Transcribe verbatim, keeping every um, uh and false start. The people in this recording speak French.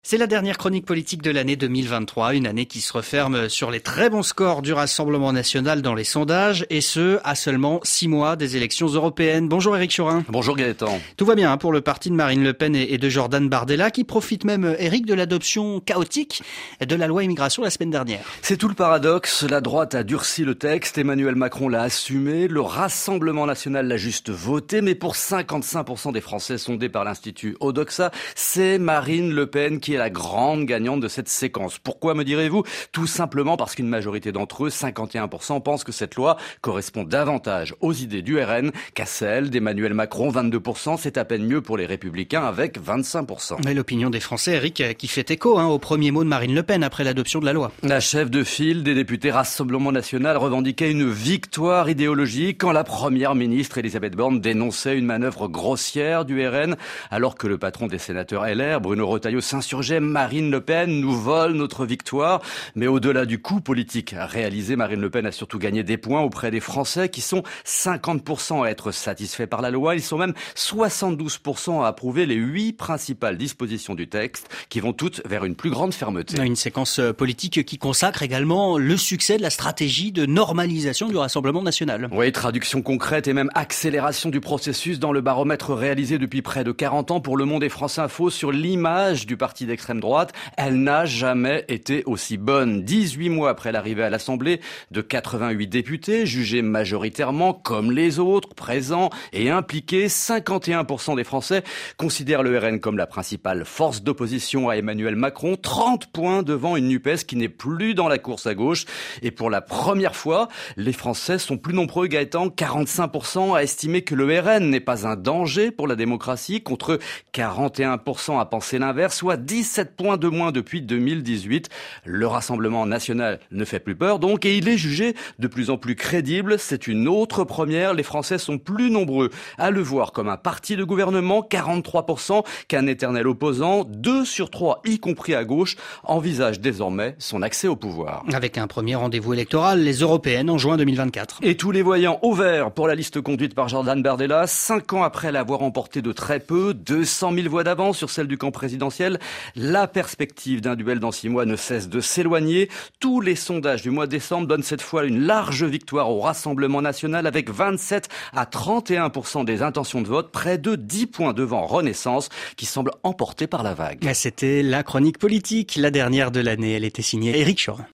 C'est la dernière chronique politique de l'année deux mille vingt-trois, une année qui se referme sur les très bons scores du Rassemblement national dans les sondages, et ce, à seulement six mois des élections européennes. Bonjour Éric Chorin. Bonjour Gaëtan. Tout va bien pour le parti de Marine Le Pen et de Jordan Bardella, qui profite même, Éric, de l'adoption chaotique de la loi immigration la semaine dernière. C'est tout le paradoxe. La droite a durci le texte, Emmanuel Macron l'a assumé, le Rassemblement national l'a juste voté, mais pour cinquante-cinq pour cent des Français sondés par l'Institut Odoxa, c'est Marine Le Pen qui est la grande gagnante de cette séquence. Pourquoi, me direz-vous? Tout simplement parce qu'une majorité d'entre eux, cinquante et un pour cent, pensent que cette loi correspond davantage aux idées du R N qu'à celles d'Emmanuel Macron, vingt-deux pour cent. C'est à peine mieux pour les Républicains avec vingt-cinq pour cent. Mais l'opinion des Français, Éric, qui fait écho hein, aux premiers mots de Marine Le Pen après l'adoption de la loi. La chef de file des députés Rassemblement national revendiquait une victoire idéologique quand la première ministre Elisabeth Borne dénonçait une manœuvre grossière du R N, alors que le patron des sénateurs L R, Bruno Retailleau, s'insurgeait. Marine Le Pen nous vole notre victoire. Mais au-delà du coup politique réalisé, Marine Le Pen a surtout gagné des points auprès des Français qui sont cinquante pour cent à être satisfaits par la loi. Ils sont même soixante-douze pour cent à approuver les huit principales dispositions du texte qui vont toutes vers une plus grande fermeté. Une séquence politique qui consacre également le succès de la stratégie de normalisation du Rassemblement national. Oui, traduction concrète et même accélération du processus dans le baromètre réalisé depuis près de quarante ans pour Le Monde et France Info sur l'image du parti d'extrême droite. Elle n'a jamais été aussi bonne. dix-huit mois après l'arrivée à l'Assemblée de quatre-vingt-huit députés, jugés majoritairement comme les autres, présents et impliqués, cinquante et un pour cent des Français considèrent le R N comme la principale force d'opposition à Emmanuel Macron, trente points devant une NUPES qui n'est plus dans la course à gauche. Et pour la première fois, les Français sont plus nombreux, Gaëtan, quarante-cinq pour cent à estimer que le R N n'est pas un danger pour la démocratie, contre quarante et un pour cent à penser l'inverse, soit dix-sept points de moins depuis deux mille dix-huit. Le Rassemblement national ne fait plus peur donc, et il est jugé de plus en plus crédible. C'est une autre première. Les Français sont plus nombreux à le voir comme un parti de gouvernement, quarante-trois pour cent, qu'un éternel opposant. Deux sur trois, y compris à gauche, envisagent désormais son accès au pouvoir. Avec un premier rendez-vous électoral, les européennes en juin deux mille vingt-quatre. Et tous les voyants au vert pour la liste conduite par Jordan Bardella, cinq ans après l'avoir emporté de très peu, deux cent mille voix d'avance sur celle du camp présidentiel. La perspective d'un duel dans six mois ne cesse de s'éloigner. Tous les sondages du mois de décembre donnent cette fois une large victoire au Rassemblement national avec vingt-sept à trente et un pour cent des intentions de vote, près de dix points devant Renaissance qui semble emporté par la vague. C'était la chronique politique, la dernière de l'année. Elle était signée Éric Chorin.